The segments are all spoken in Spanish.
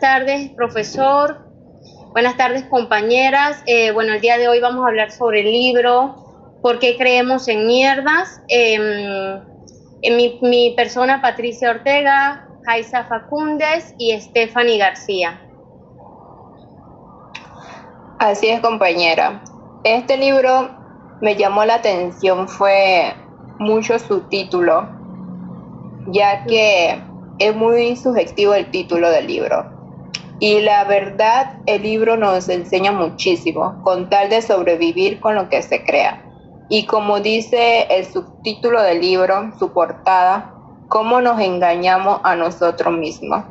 tardes, profesor. Buenas tardes, compañeras. Bueno, el día de hoy vamos a hablar sobre el libro ¿Por qué creemos en mierdas? En mi persona, Patricia Ortega, Jaisa Facúndez y Stephanie García. Así es, compañera. Este libro me llamó la atención, fue mucho su título, ya que es muy subjetivo el título del libro. Y la verdad, el libro nos enseña muchísimo, con tal de sobrevivir con lo que se crea. Y como dice el subtítulo del libro, su portada, cómo nos engañamos a nosotros mismos.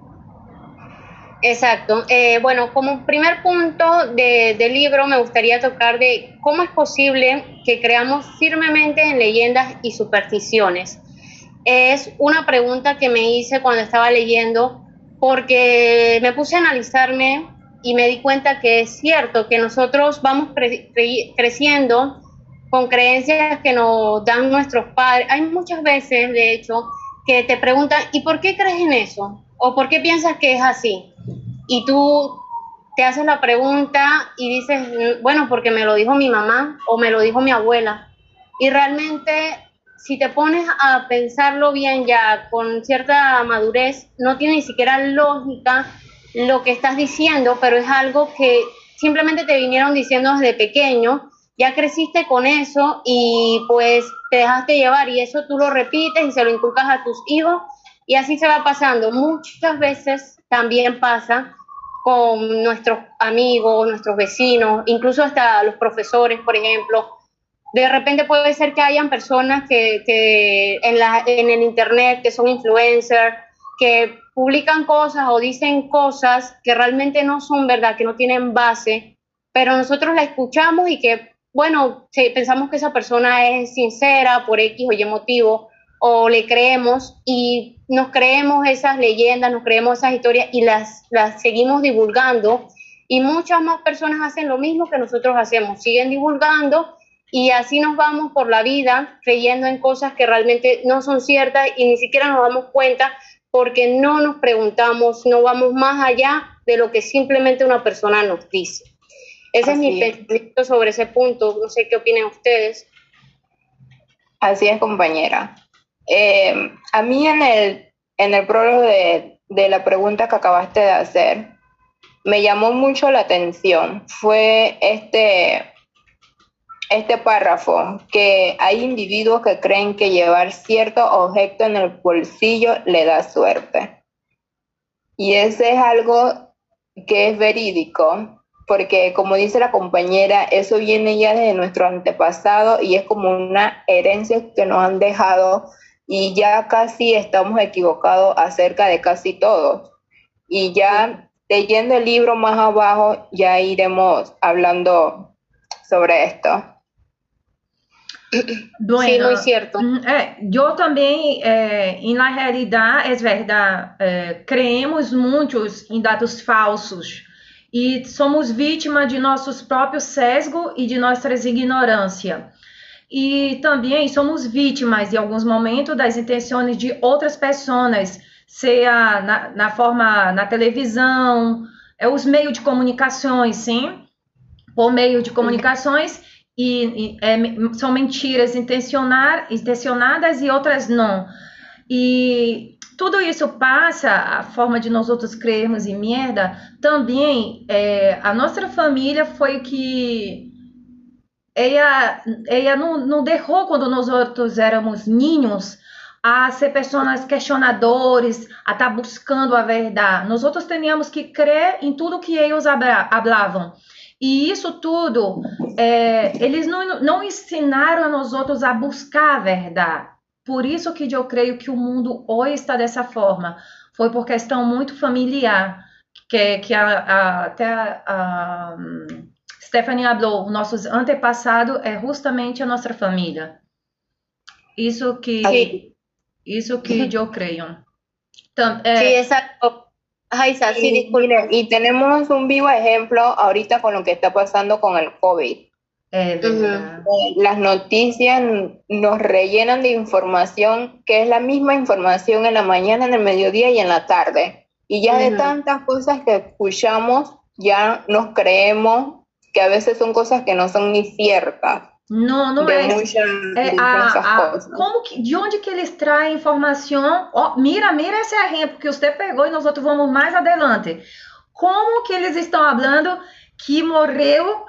Exacto. Bueno, como primer punto del libro me gustaría tocar de cómo es posible que creamos firmemente en leyendas y supersticiones. Es una pregunta que me hice cuando estaba leyendo porque me puse a analizarme y me di cuenta que es cierto que nosotros vamos creciendo con creencias que nos dan nuestros padres. Hay muchas veces, de hecho, que te preguntan, ¿y por qué crees en eso? ¿O por qué piensas que es así? Y tú te haces la pregunta y dices, bueno, porque me lo dijo mi mamá o me lo dijo mi abuela. Y realmente, si te pones a pensarlo bien ya con cierta madurez, no tiene ni siquiera lógica lo que estás diciendo, pero es algo que simplemente te vinieron diciendo desde pequeño, ya creciste con eso y pues te dejaste llevar y eso tú lo repites y se lo inculcas a tus hijos y así se va pasando. Muchas veces también pasa con nuestros amigos, nuestros vecinos, incluso hasta los profesores, por ejemplo. De repente puede ser que hayan personas que en el internet, que son influencers, que publican cosas o dicen cosas que realmente no son verdad, que no tienen base, pero nosotros la escuchamos y que, bueno, sí, pensamos que esa persona es sincera por X o Y motivo, o le creemos y nos creemos esas leyendas, nos creemos esas historias y las seguimos divulgando y muchas más personas hacen lo mismo que nosotros hacemos, siguen divulgando y así nos vamos por la vida creyendo en cosas que realmente no son ciertas y ni siquiera nos damos cuenta porque no nos preguntamos, no vamos más allá de lo que simplemente una persona nos dice. Ese es mi pensamiento sobre ese punto, no sé qué opinen ustedes. Así es, compañera. A mí en el prólogo de la pregunta que acabaste de hacer, me llamó mucho la atención. Fue este párrafo, que hay individuos que creen que llevar cierto objeto en el bolsillo le da suerte. Y ese es algo que es verídico, porque como dice la compañera, eso viene ya desde nuestro antepasado y es como una herencia que nos han dejado y ya casi estamos equivocados acerca de casi todo. Y ya leyendo el libro más abajo ya iremos hablando sobre esto. Bueno, sí, muy cierto. Eu também, na realidade, é verdade, creemos muitos em dados falsos e somos vítimas de nossos próprios sesgos e de nossas ignorâncias. E também somos vítimas, em alguns momentos, das intenções de outras pessoas, seja na televisão, os meios de comunicações, sim, por meio de comunicações, são mentiras intencionadas e outras não. E tudo isso passa, a forma de nós outros crermos em merda, também a nossa família foi que ela não deixou quando nós outros éramos ninhos a ser pessoas questionadores, a estar buscando a verdade. Nós outros teníamos que crer em tudo que eles hablavam. E isso tudo, eles não ensinaram a nós outros a buscar a verdade. Por isso que eu creio que o mundo hoje está dessa forma. Foi por questão muito familiar, que até a Stephanie falou, nossos antepassados é justamente a nossa família. Isso que eu creio. Sí, exacto. Jaisa, sí, disculpe. Y tenemos un vivo ejemplo ahorita con lo que está pasando con el COVID. Las noticias nos rellenan de información que es la misma información en la mañana, en el mediodía y en la tarde. Y ya de tantas cosas que escuchamos, ya nos creemos que a veces son cosas que no son ni ciertas. Não, não de é. muchas cosas. De onde que eles traem informação? Ó, mira esse exemplo que você pegou e nós outros vamos mais adelante. Como que eles estão falando que morreu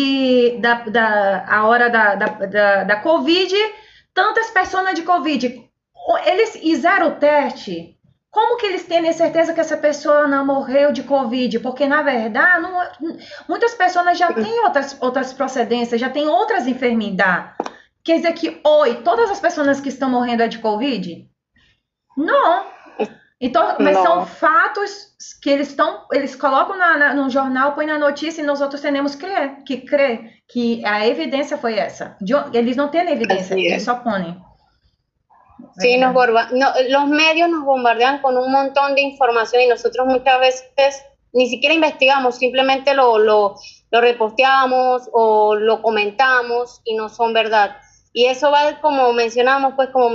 a hora da Covid, tantas pessoas de Covid? Eles fizeram o teste. Como que eles têm certeza que essa pessoa não morreu de Covid? Porque, na verdade, muitas pessoas já têm outras procedências, já têm outras enfermidades. Quer dizer que hoje, todas as pessoas que estão morrendo é de Covid? Não. Então, mas são fatos que eles colocam no jornal, põem na notícia e nós outros temos que crer que a evidência foi essa. Eles não têm evidência, eles só põem. Sí, los medios nos bombardean con un montón de información y nosotros muchas veces ni siquiera investigamos, simplemente lo reposteamos o lo comentamos y no son verdad. Y eso va, como mencionamos,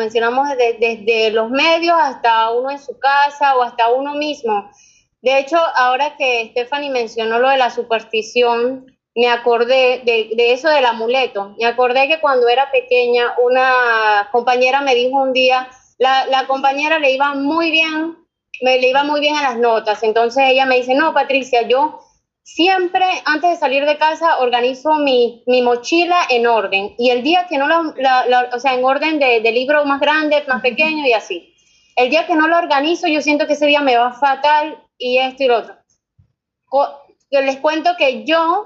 desde los medios hasta uno en su casa o hasta uno mismo. De hecho, ahora que Stephanie mencionó lo de la superstición, me acordé de eso del amuleto. Me acordé que cuando era pequeña, una compañera me dijo un día, la compañera le iba muy bien en las notas. Entonces ella me dice, no, Patricia, yo siempre antes de salir de casa organizo mi mochila en orden. Y el día que no o sea, en orden de libro más grande, más pequeño y así. El día que no lo organizo, yo siento que ese día me va fatal y esto y lo otro. Les cuento que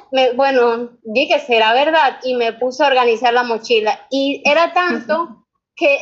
di que será verdad y me puse a organizar la mochila y era tanto que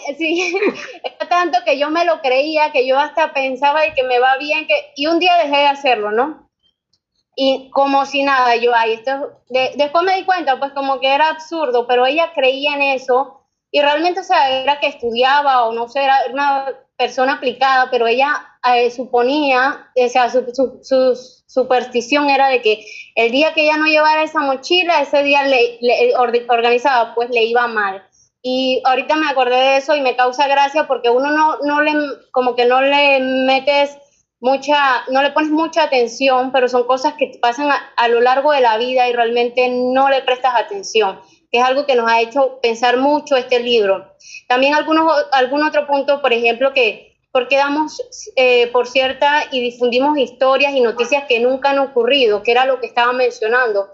yo me lo creía, que yo hasta pensaba y que me va bien, y un día dejé de hacerlo, ¿no? Y como si nada, después me di cuenta, pues como que era absurdo, pero ella creía en eso y realmente, o sea, era que estudiaba o no sé, era una persona aplicada, pero ella suponía, o sea, su superstición era de que el día que ella no llevara esa mochila, ese día organizaba, pues le iba mal. Y ahorita me acordé de eso y me causa gracia porque uno no le metes no le pones mucha atención, pero son cosas que pasan a lo largo de la vida y realmente no le prestas atención, que es algo que nos ha hecho pensar mucho este libro. También algún otro punto, por ejemplo, porque damos por cierta y difundimos historias y noticias que nunca han ocurrido, que era lo que estaba mencionando,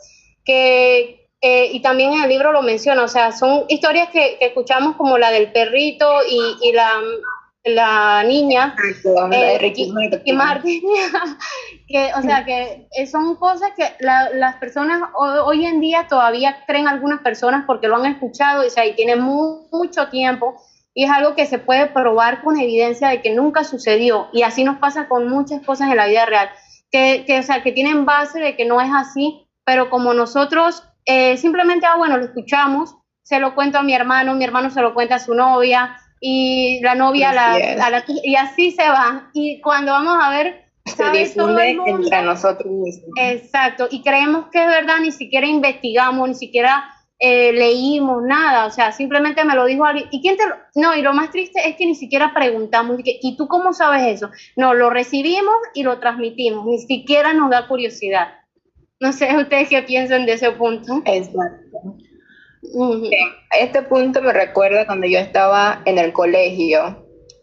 y también en el libro lo menciona, o sea, son historias que escuchamos como la del perrito y la niña y Martín, o sea, que son cosas que las personas hoy en día todavía creen, algunas personas porque lo han escuchado, o sea, y tienen mucho tiempo. Y es algo que se puede probar con evidencia de que nunca sucedió. Y así nos pasa con muchas cosas en la vida real, o sea, que tienen base de que no es así, pero como nosotros simplemente, lo escuchamos, se lo cuento a mi hermano se lo cuenta a su novia, y la novia y así se va. Y cuando vamos a ver, se difunde entre nosotros mismos. Exacto, y creemos que es verdad, ni siquiera investigamos, ni siquiera leímos nada, o sea, simplemente me lo dijo alguien. ¿Y quién No, y lo más triste es que ni siquiera preguntamos, ¿y tú cómo sabes eso? No, lo recibimos y lo transmitimos, ni siquiera nos da curiosidad. No sé, ¿ustedes qué piensan de ese punto? Exacto. Este punto me recuerda cuando yo estaba en el colegio.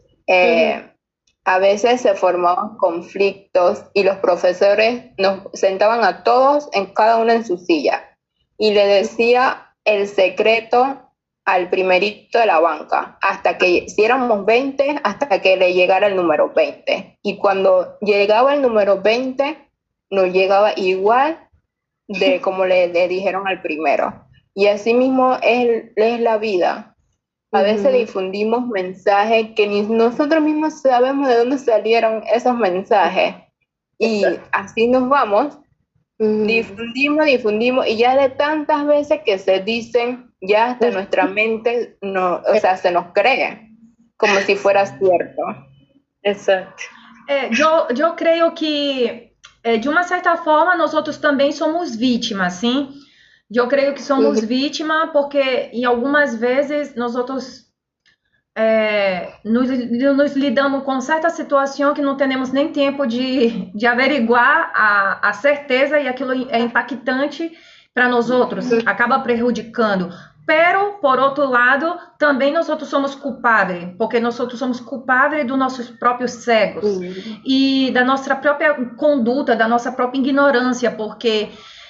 A veces se formaban conflictos y los profesores nos sentaban a todos, cada uno en su silla, y le decía el secreto al primerito de la banca, hasta que, si éramos 20, hasta que le llegara el número 20. Y cuando llegaba el número 20, nos llegaba igual de como le dijeron al primero. Y así mismo es la vida. A veces difundimos mensajes que ni nosotros mismos sabemos de dónde salieron esos mensajes. Y así nos vamos. Difundimos, y ya de tantas veces que se dicen, ya hasta nuestra mente se nos cree, como si fuera cierto. Exacto. Eu creio que, de uma certa forma, nós outros também somos vítimas, sim? Eu creio que somos vítimas porque, em algumas vezes, nós outros nos lidamos com certa situação que não temos nem tempo de averiguar a certeza e aquilo é impactante para nós outros, acaba prejudicando. Pero, por outro lado, também nós outros somos culpáveis, porque nós outros somos culpáveis dos nossos próprios cegos e da nossa própria conduta, da nossa própria ignorância, porque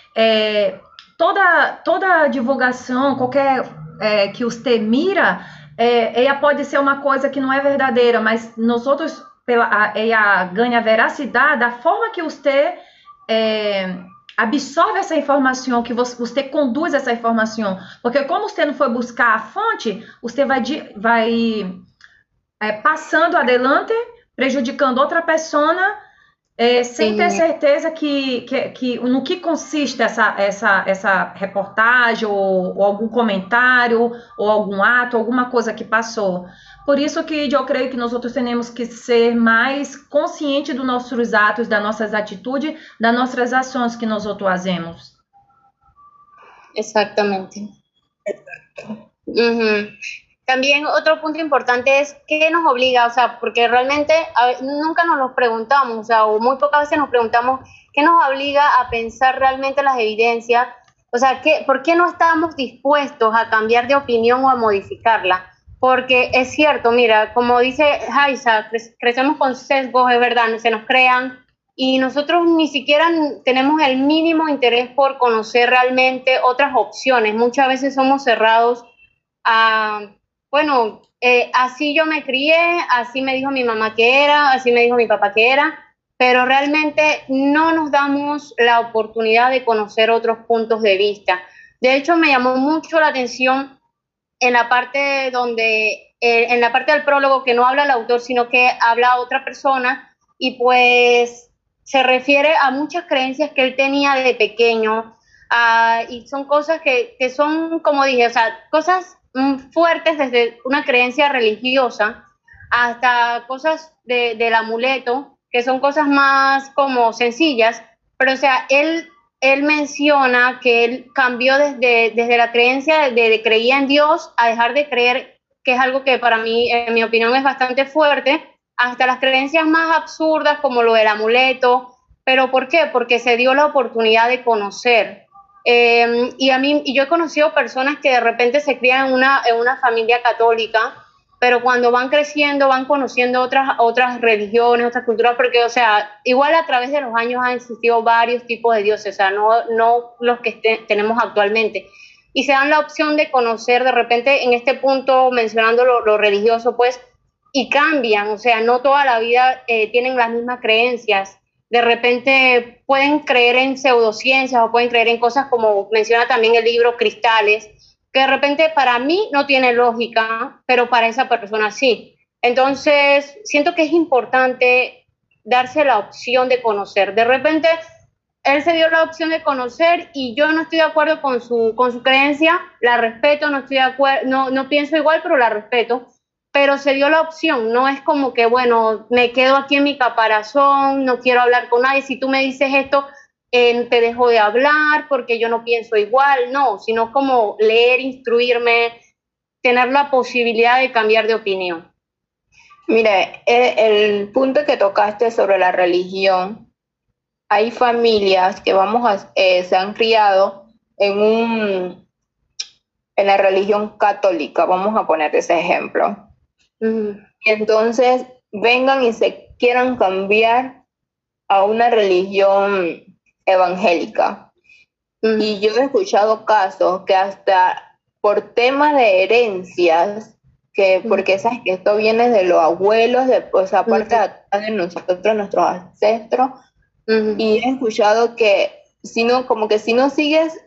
toda divulgação, qualquer que você mira, ela pode ser uma coisa que não é verdadeira, mas nós outros, ela ganha veracidade da forma que você absorve essa informação, que você conduz essa informação, porque como você não foi buscar a fonte, você vai passando adelante, prejudicando outra pessoa, sem ter certeza no que consiste essa reportagem, ou algum comentário, ou algum ato, alguma coisa que passou. Por isso que eu creio que nós outros temos que ser mais conscientes dos nossos atos, das nossas atitudes, das nossas ações que nós outros fazemos. Exactamente. También otro punto importante es qué nos obliga, o sea, porque realmente nunca nos lo preguntamos, o sea, o muy pocas veces nos preguntamos qué nos obliga a pensar realmente las evidencias, o sea, ¿por qué no estamos dispuestos a cambiar de opinión o a modificarla? Porque es cierto, mira, como dice Haisa, crecemos con sesgos, es verdad, se nos crean, y nosotros ni siquiera tenemos el mínimo interés por conocer realmente otras opciones. Muchas veces somos cerrados a, bueno, así yo me crié, así me dijo mi mamá que era, así me dijo mi papá que era, pero realmente no nos damos la oportunidad de conocer otros puntos de vista. De hecho, me llamó mucho la atención en la parte en la parte del prólogo que no habla el autor, sino que habla otra persona, y pues se refiere a muchas creencias que él tenía de pequeño, y son cosas que son, como dije, o sea, cosas fuertes desde una creencia religiosa hasta cosas del amuleto, que son cosas más como sencillas, pero o sea, él menciona que él cambió desde la creencia de creía en Dios a dejar de creer, que es algo que para mí, en mi opinión, es bastante fuerte, hasta las creencias más absurdas como lo del amuleto. ¿Pero por qué? Porque se dio la oportunidad de conocer. Y yo he conocido personas que de repente se crían en una familia católica, pero cuando van creciendo van conociendo otras religiones, otras culturas, porque, o sea, igual a través de los años han existido varios tipos de dioses, o sea, no los que tenemos actualmente, y se dan la opción de conocer de repente, en este punto, mencionando lo religioso, pues, y cambian, o sea, no toda la vida tienen las mismas creencias. De repente pueden creer en pseudociencias o pueden creer en cosas como menciona también el libro Cristales, que de repente para mí no tiene lógica, pero para esa persona sí. Entonces, siento que es importante darse la opción de conocer. De repente, él se dio la opción de conocer y yo no estoy de acuerdo con su creencia, la respeto, no estoy de acuerdo, no pienso igual, pero la respeto. Pero se dio la opción, no es como que, bueno, me quedo aquí en mi caparazón, no quiero hablar con nadie, si tú me dices esto, te dejo de hablar porque yo no pienso igual, no, sino como leer, instruirme, tener la posibilidad de cambiar de opinión. Mire, el punto que tocaste sobre la religión, hay familias que se han criado en la religión católica, vamos a poner ese ejemplo. Y entonces vengan y se quieran cambiar a una religión evangélica. Y yo he escuchado casos que hasta por temas de herencias, porque sabes que esto viene de los abuelos, pues aparte de nosotros, nuestros ancestros, y he escuchado que si no sigues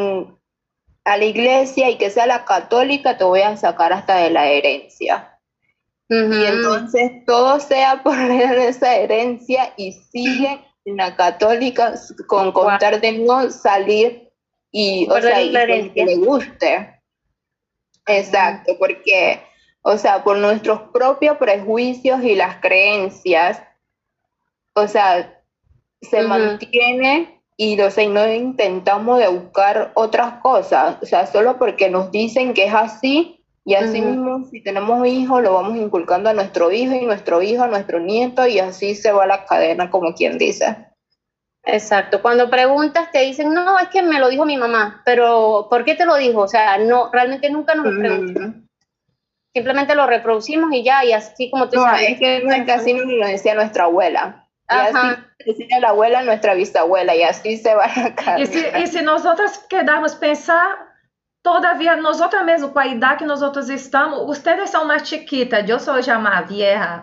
a la iglesia y que sea la católica, te voy a sacar hasta de la herencia. Y entonces todo sea por esa herencia y sigue en la católica con contar de no salir y que le guste. Exacto, porque, o sea, por nuestros propios prejuicios y las creencias, o sea, se mantiene y, o sea, y no intentamos de buscar otras cosas, o sea, solo porque nos dicen que es así, Y así mismo, si tenemos hijos, lo vamos inculcando a nuestro hijo y nuestro hijo a nuestro nieto, y así se va la cadena, como quien dice. Exacto. Cuando preguntas te dicen, no, es que me lo dijo mi mamá, pero ¿por qué te lo dijo? O sea, no, realmente nunca nos lo preguntamos. Simplemente lo reproducimos y ya, y así como tú No, dices. es que casi nos lo decía nuestra abuela. Y así decía la abuela, nuestra bisabuela, y así se va la cadena. E se nós outras quedarmos pensar, todavia, nós outras mesmo, com a idade que nós outros estamos, vocês são mais chiquitas, eu sou já uma vieja,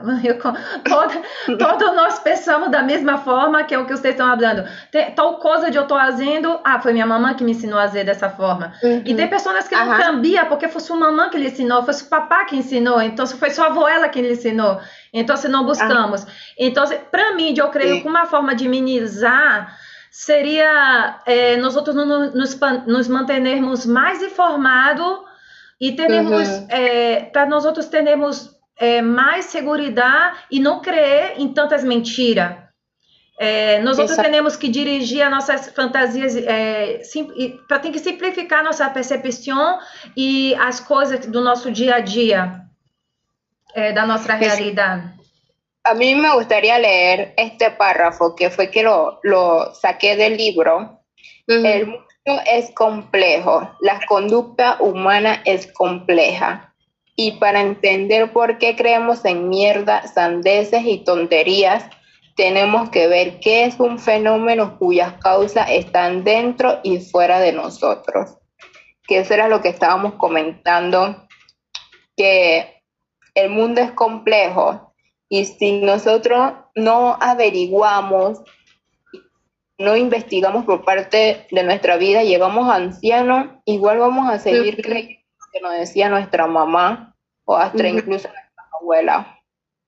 todos nós pensamos da mesma forma que é o que vocês estão falando. Tal coisa de eu estou fazendo, foi minha mamãe que me ensinou a fazer dessa forma. E tem pessoas que não cambiam, porque foi sua mamãe que lhe ensinou, foi seu papá que ensinou, então foi sua avó ela que lhe ensinou. Então, se não buscamos. Então, para mim, eu creio que uma forma de minimizar seria nós outros nos mantermos mais informados e termos para nós outros termos mais segurança e não crer em tantas mentiras. Nós outros temos que dirigir as nossas fantasias para ter que simplificar nossa percepção e as coisas do nosso dia a dia, da nossa realidade. A mí me gustaría leer este párrafo que fue que lo saqué del libro. El mundo es complejo, la conducta humana es compleja. Y para entender por qué creemos en mierda, sandeces y tonterías, tenemos que ver qué es un fenómeno cuyas causas están dentro y fuera de nosotros. Que eso era lo que estábamos comentando, que el mundo es complejo. Y si nosotros no averiguamos, no investigamos por parte de nuestra vida, llegamos ancianos, igual vamos a seguir creyendo lo que nos decía nuestra mamá o hasta incluso nuestra abuela.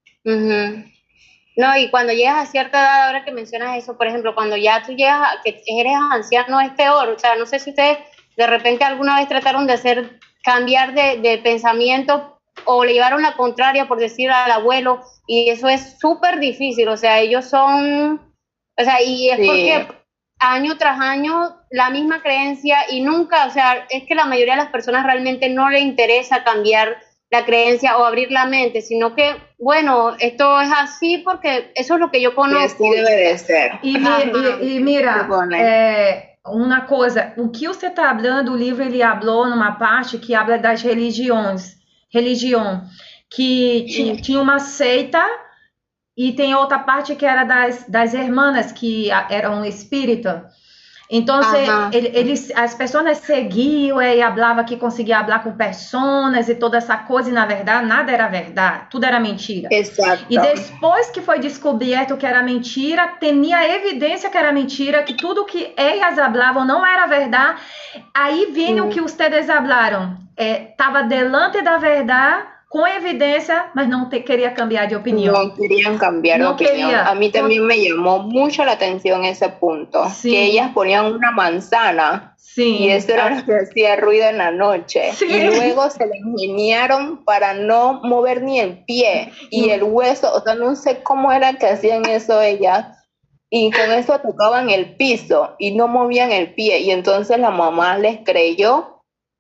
No, y cuando llegas a cierta edad, ahora que mencionas eso, por ejemplo, cuando ya tú llegas a que eres anciano, es peor. O sea, no sé si ustedes de repente alguna vez trataron de cambiar de pensamiento o le llevaron la contraria, por decir al abuelo, y eso es súper difícil. O sea, ellos son, o sea, y es porque año tras año la misma creencia y nunca, o sea, es que la mayoría de las personas realmente no le interesa cambiar la creencia o abrir la mente, sino que, bueno, esto es así porque eso es lo que yo conozco. Y así debe de ser. E mira, uma coisa, o que você está falando, o livro ele falou numa parte que habla das religião, que tinha uma seita e tem outra parte que era das irmãs que eram espíritas. Então, as pessoas seguiam e falavam que conseguia falar com pessoas e toda essa coisa, e na verdade, nada era verdade, tudo era mentira. Exato. E depois que foi descoberto que era mentira, tinha evidência que era mentira, que tudo que elas falavam não era verdade, aí vem o que vocês falaram, estava delante da verdade, con evidencia, mas no quería cambiar de opinión. No querían cambiar de opinión. A mí también me llamó mucho la atención ese punto, que ellas ponían una manzana y eso era lo que hacía ruido en la noche. Y luego se le ingeniaron para no mover ni el pie y el hueso, o sea, no sé cómo era que hacían eso ellas. Y con eso tocaban el piso y no movían el pie, y entonces la mamá les creyó.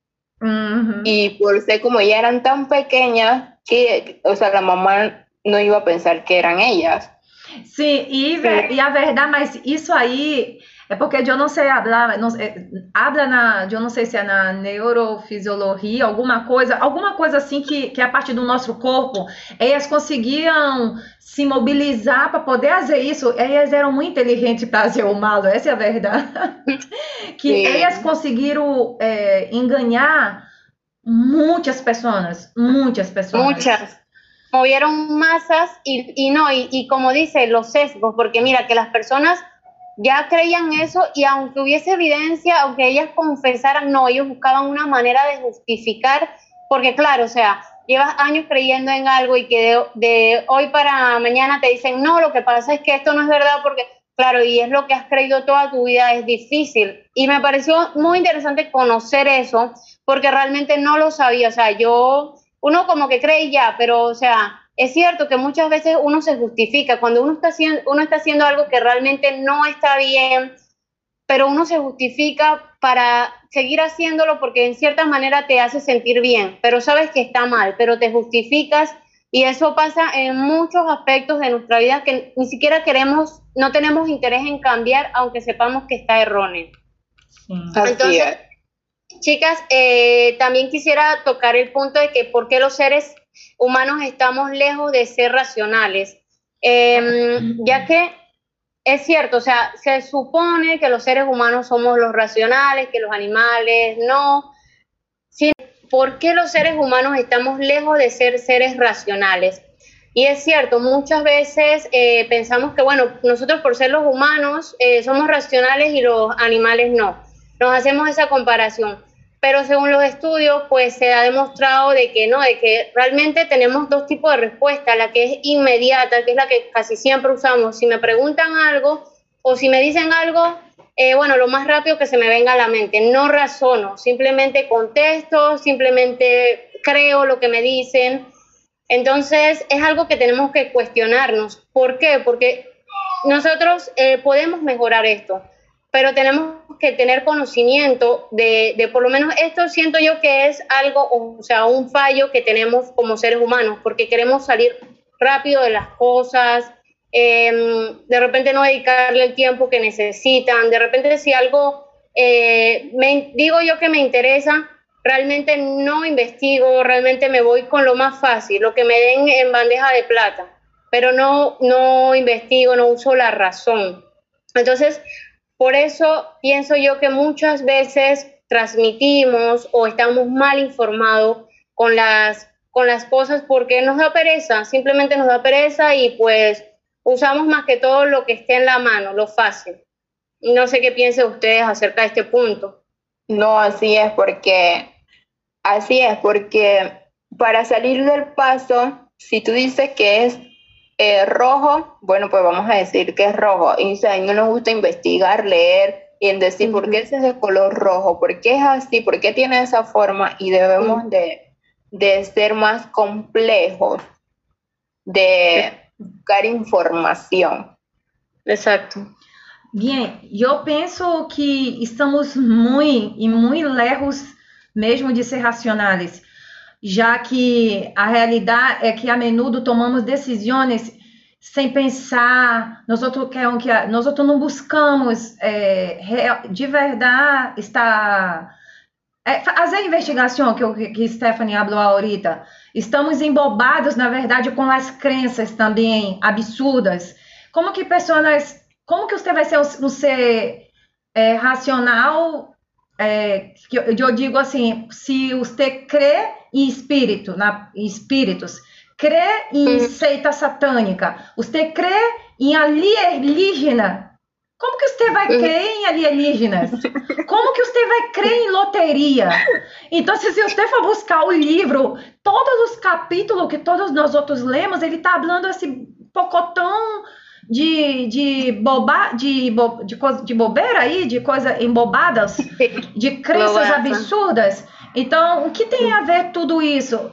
Y por ser como ya eran tan pequeñas que, o sea, la mamá no iba a pensar que eran ellas. Sim, e a verdade, mas isso aí é porque eu não sei hablar, eu não sei se é na neurofisiologia, alguma coisa assim que a parte do nosso corpo, elas conseguiam se mobilizar para poder fazer isso. Elas eram muito inteligentes para fazer o mal, essa é a verdade. Que elas conseguiram enganar muitas pessoas. Muchas. Movieron masas y como dice, los sesgos, porque mira que las personas ya creían eso y aunque hubiese evidencia, aunque ellas confesaran, no, ellos buscaban una manera de justificar, porque claro, o sea, llevas años creyendo en algo y que de hoy para mañana te dicen, no, lo que pasa es que esto no es verdad, porque claro, y es lo que has creído toda tu vida, es difícil. Y me pareció muy interesante conocer eso, porque realmente no lo sabía, o sea, uno como que cree ya, pero, o sea, es cierto que muchas veces uno se justifica cuando uno está haciendo algo que realmente no está bien. pero uno se justifica para seguir haciéndolo porque en cierta manera te hace sentir bien, pero sabes que está mal, pero te justificas y eso pasa en muchos aspectos de nuestra vida que ni siquiera queremos, no tenemos interés en cambiar, aunque sepamos que está erróneo. Sí. Entonces, chicas, también quisiera tocar el punto de que por qué los seres humanos estamos lejos de ser racionales, ya que es cierto, o sea, se supone que los seres humanos somos los racionales, que los animales no. ¿Por qué los seres humanos estamos lejos de ser seres racionales? Y es cierto, muchas veces pensamos que, bueno, nosotros por ser los humanos somos racionales y los animales no. Nos hacemos esa comparación. Pero según los estudios, pues se ha demostrado de que no, de que realmente tenemos dos tipos de respuesta, la que es inmediata, que es la que casi siempre usamos. Si me preguntan algo o si me dicen algo, bueno, lo más rápido que se me venga a la mente, no razono, simplemente contesto, simplemente creo lo que me dicen. Entonces es algo que tenemos que cuestionarnos. ¿Por qué? Porque nosotros podemos mejorar esto, pero tenemos que tener conocimiento de por lo menos esto siento yo que es algo, o sea, un fallo que tenemos como seres humanos, porque queremos salir rápido de las cosas, de repente no dedicarle el tiempo que necesitan, de repente si algo digo yo que me interesa, realmente no investigo, realmente me voy con lo más fácil, lo que me den en bandeja de plata, pero no investigo, no uso la razón. Entonces, por eso pienso yo que muchas veces transmitimos o estamos mal informados con las cosas porque nos da pereza, simplemente nos da pereza y pues usamos más que todo lo que esté en la mano, lo fácil. No sé qué piensan ustedes acerca de este punto. No, así es, porque para salir del paso, si tú dices que es rojo, bueno, pues vamos a decir que es rojo. Y o sea, a mí no nos gusta investigar, leer y en decir por qué ese es de color rojo, por qué es así, por qué tiene esa forma y debemos de ser más complejos, de buscar información. Exacto. Bien, eu penso que estamos muito lejos mesmo de ser racionais, já que a realidade é que a menudo tomamos decisões sem pensar, nós não buscamos de verdade fazer a investigação que Stephanie falou ahorita. Estamos embobados, na verdade, com as crenças também absurdas. Como que você vai ser um ser racional? Eu digo assim, se você crê em espíritos, crê em seita satânica, você crê em alienígena, como que você vai crer em alienígenas? Como que você vai crer em loteria? Então, se você for buscar o livro, todos os capítulos que todos nós outros lemos, ele está falando esse pocotão de bobeira aí, de coisas embobadas, de crenças absurdas. Então, o que tem a ver tudo isso?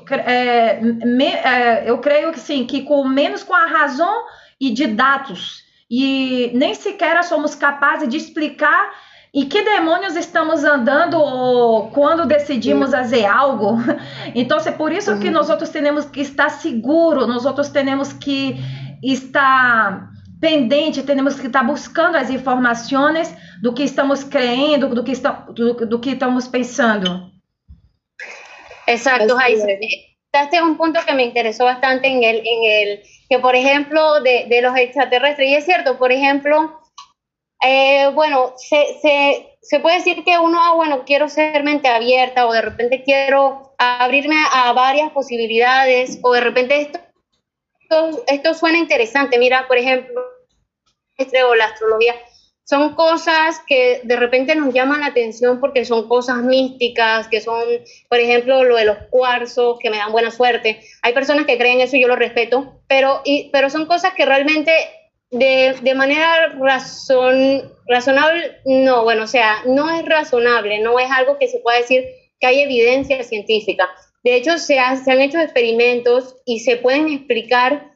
Eu creio que sim, que menos com a razão e de dados. E nem sequer somos capazes de explicar em que demônios estamos andando ou quando decidimos fazer algo. Então, é por isso que nós outros temos que estar seguros, nós outros temos que estar pendente, temos que estar buscando as informações do que estamos crendo, do que estamos pensando. Exacto, Jais. Este es un punto que me interesó bastante que por ejemplo de los extraterrestres, y es cierto, por ejemplo, bueno, se puede decir que uno, bueno, quiero ser mente abierta o de repente quiero abrirme a varias posibilidades o de repente esto suena interesante, mira, por ejemplo, o la astrología, son cosas que de repente nos llaman la atención porque son cosas místicas, que son, por ejemplo, lo de los cuarzos, que me dan buena suerte. Hay personas que creen eso y yo lo respeto, pero son cosas que realmente de manera razonable, no, bueno, o sea, no es razonable, no es algo que se pueda decir que hay evidencia científica. De hecho, se han hecho experimentos y se pueden explicar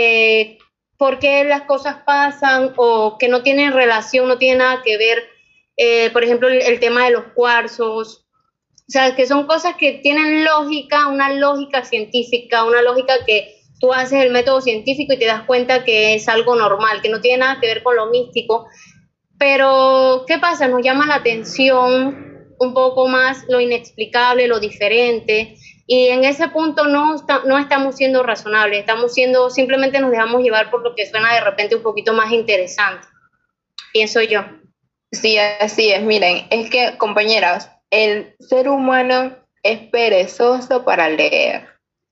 por qué las cosas pasan o que no tienen relación, no tienen nada que ver por ejemplo, el tema de los cuarzos, o sea, que son cosas que tienen lógica, una lógica científica, una lógica que tú haces el método científico y te das cuenta que es algo normal, que no tiene nada que ver con lo místico. Pero, ¿qué pasa? Nos llama la atención un poco más lo inexplicable, lo diferente, y en ese punto no estamos siendo razonables, simplemente nos dejamos llevar por lo que suena de repente un poquito más interesante, pienso yo. Sí, así es. Miren, es que, compañeras, el ser humano es perezoso para leer.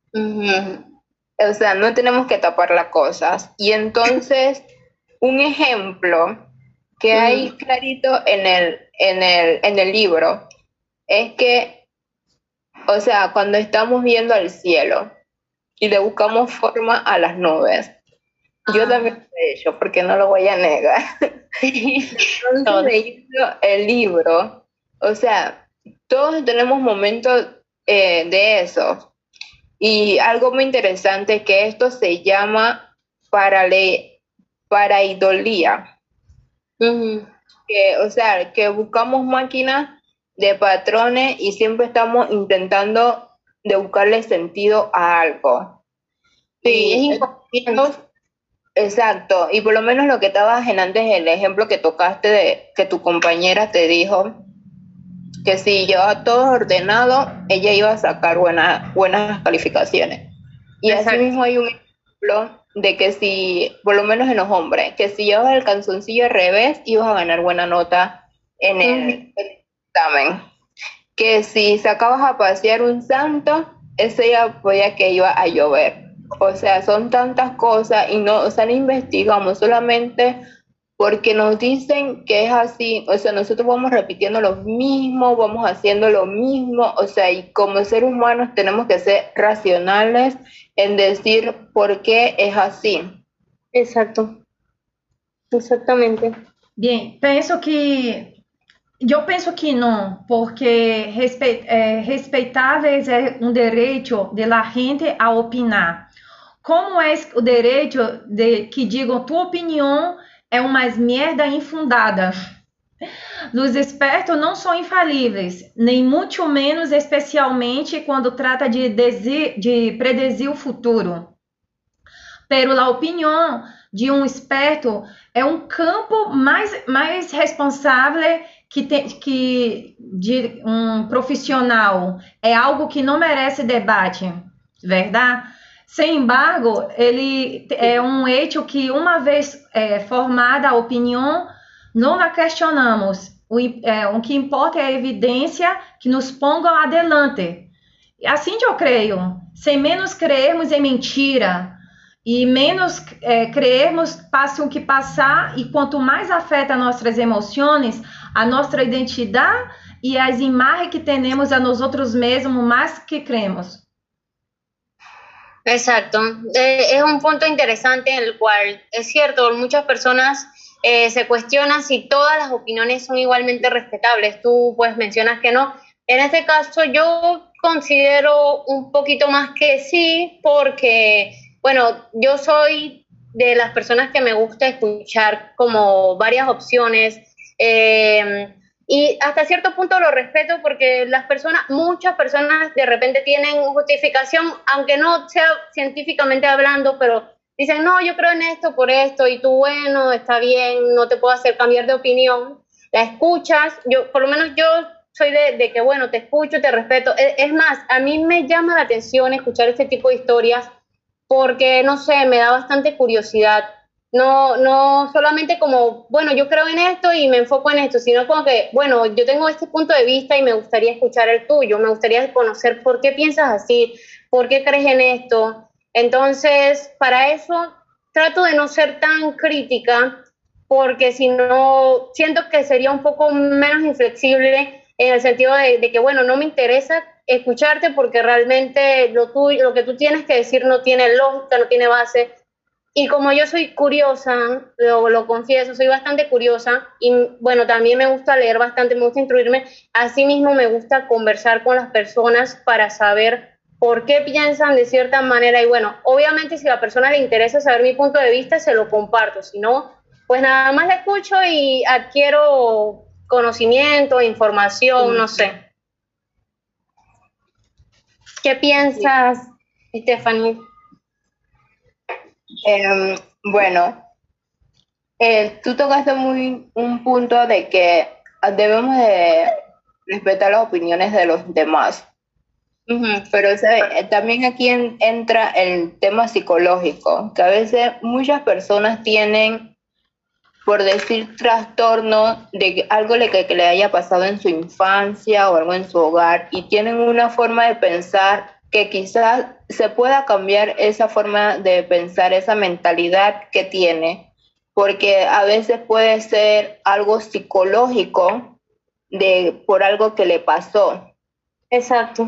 O sea, no tenemos que tapar las cosas. Y entonces, un ejemplo que hay clarito en el libro es que, o sea, cuando estamos viendo al cielo y le buscamos forma a las nubes, yo también lo he hecho, porque no lo voy a negar. Entonces, leyendo el libro, o sea, todos tenemos momentos de eso. Y algo muy interesante es que esto se llama paraidolía. Que, o sea, que buscamos máquinas de patrones y siempre estamos intentando de buscarle sentido a algo. Sí, es inconsciente. Exacto, y por lo menos lo que estabas en antes, el ejemplo que tocaste de que tu compañera te dijo que si llevaba todo ordenado, ella iba a sacar buenas calificaciones. Y así mismo hay un ejemplo de que si, por lo menos en los hombres, que si llevas el calzoncillo al revés, ibas a ganar buena nota en el examen. Que si sacabas a pasear un santo, ese ya podía que iba a llover. O sea, son tantas cosas y no, o sea, no investigamos solamente porque nos dicen que es así. O sea, nosotros vamos repitiendo lo mismo, vamos haciendo lo mismo. O sea, y como seres humanos tenemos que ser racionales en decir por qué es así. Exacto. Exactamente. Bien, eu penso que não, porque respeitáveis é um direito da gente a opinar. Como é o direito de que digam tua opinião é uma merda infundada? Os espertos não são infalíveis, nem muito menos, especialmente quando trata de predizer o futuro. Pero a opinião de um esperto é um campo mais responsável que de um profissional. É algo que não merece debate, verdade? Sem embargo, ele é um hecho que, uma vez formada a opinião, não a questionamos. O que importa é a evidência que nos ponga adelante. Assim eu creio. Sem menos crermos em mentira e menos crermos, passe o que passar, e quanto mais afeta nossas emoções, a nossa identidade e as imagens que temos a nós outros mesmos, más que cremos. Exacto, es un punto interesante en el cual es cierto, muchas personas se cuestionan si todas las opiniones son igualmente respetables. Tú pues mencionas que no. En este caso yo considero un poquito más que sí, porque bueno, yo soy de las personas que me gusta escuchar como varias opciones, y hasta cierto punto lo respeto, porque muchas personas de repente tienen justificación, aunque no sea científicamente hablando, pero dicen, no, yo creo en esto por esto, y tú, bueno, está bien, no te puedo hacer cambiar de opinión, la escuchas. Por lo menos yo soy de que, bueno, te escucho, te respeto. Es más, a mí me llama la atención escuchar este tipo de historias, porque, no sé, me da bastante curiosidad. No solamente como, bueno, yo creo en esto y me enfoco en esto, sino como que, bueno, yo tengo este punto de vista y me gustaría escuchar el tuyo, me gustaría conocer por qué piensas así, por qué crees en esto. Entonces, para eso trato de no ser tan crítica, porque si no, siento que sería un poco menos inflexible, en el sentido de que, bueno, no me interesa escucharte porque realmente lo que tú tienes que decir no tiene lógica, no tiene base. Y como yo soy curiosa, lo confieso, soy bastante curiosa, y bueno, también me gusta leer bastante, me gusta instruirme, asimismo me gusta conversar con las personas para saber por qué piensan de cierta manera. Y bueno, obviamente si a la persona le interesa saber mi punto de vista, se lo comparto, si no, pues nada más la escucho y adquiero conocimiento, información, no sé. ¿Qué piensas, Stephanie? Bueno, tú tocaste un punto de que debemos de respetar las opiniones de los demás. Pero también aquí entra el tema psicológico, que a veces muchas personas tienen, por decir, trastorno de algo que le haya pasado en su infancia o algo en su hogar, y tienen una forma de pensar que quizás se pueda cambiar esa forma de pensar, esa mentalidad que tiene, porque a veces puede ser algo psicológico por algo que le pasó. Exacto.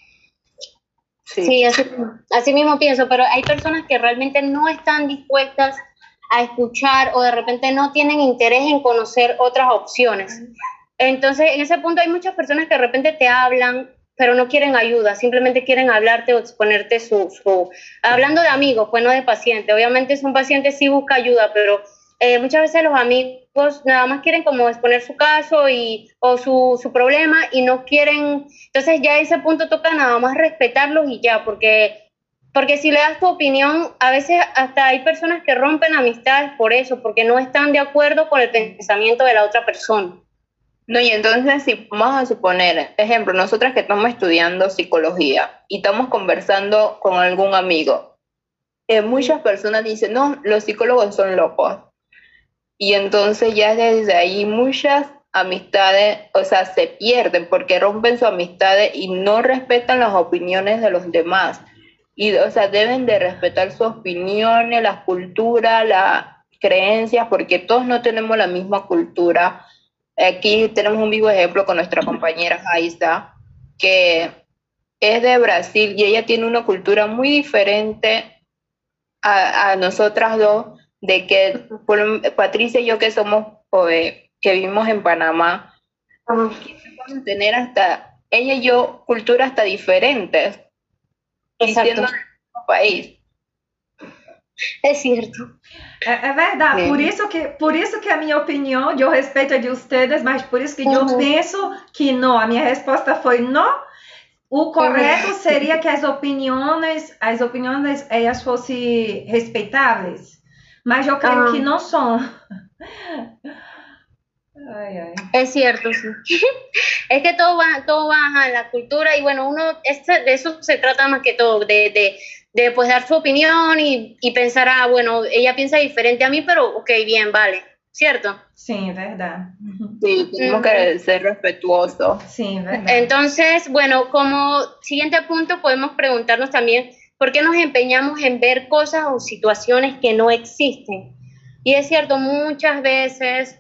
Sí, así mismo pienso, pero hay personas que realmente no están dispuestas a escuchar o de repente no tienen interés en conocer otras opciones. Entonces, en ese punto hay muchas personas que de repente te hablan, pero no quieren ayuda, simplemente quieren hablarte o exponerte hablando de amigos, pues no de paciente. Obviamente es un paciente sí busca ayuda, pero muchas veces los amigos nada más quieren como exponer su caso o su problema y no quieren, entonces ya a ese punto toca nada más respetarlos y ya, porque si le das tu opinión, a veces hasta hay personas que rompen amistades por eso, porque no están de acuerdo con el pensamiento de la otra persona. No, y entonces si vamos a suponer, ejemplo, nosotras que estamos estudiando psicología y estamos conversando con algún amigo, muchas personas dicen, no, los psicólogos son locos. Y entonces ya desde ahí muchas amistades, o sea, se pierden porque rompen sus amistades y no respetan las opiniones de los demás. Y, o sea, deben de respetar sus opiniones, las culturas, las creencias, porque todos no tenemos la misma cultura. Aquí tenemos un vivo ejemplo con nuestra compañera Aiza, que es de Brasil y ella tiene una cultura muy diferente a nosotras dos, de que Patricia y yo que somos, que vivimos en Panamá, podemos tener hasta, ella y yo, culturas hasta diferentes, y siendo del mismo país. É certo. É verdade, por isso que a minha opinião, eu respeito a de vocês, mas por isso que eu penso que não, a minha resposta foi não. O correto seria que as opiniões elas fossem respeitáveis, mas eu creio que não são. Ay, ay. Es cierto, sí. Es que todo va en la cultura y bueno, de eso se trata más que todo, de pues dar su opinión y pensar, bueno, ella piensa diferente a mí, pero ok, bien, vale, ¿cierto? Sí, verdad. Sí, tenemos que ser respetuosos. Sí, verdad. Entonces, bueno, como siguiente punto podemos preguntarnos también, ¿por qué nos empeñamos en ver cosas o situaciones que no existen? Y es cierto, muchas veces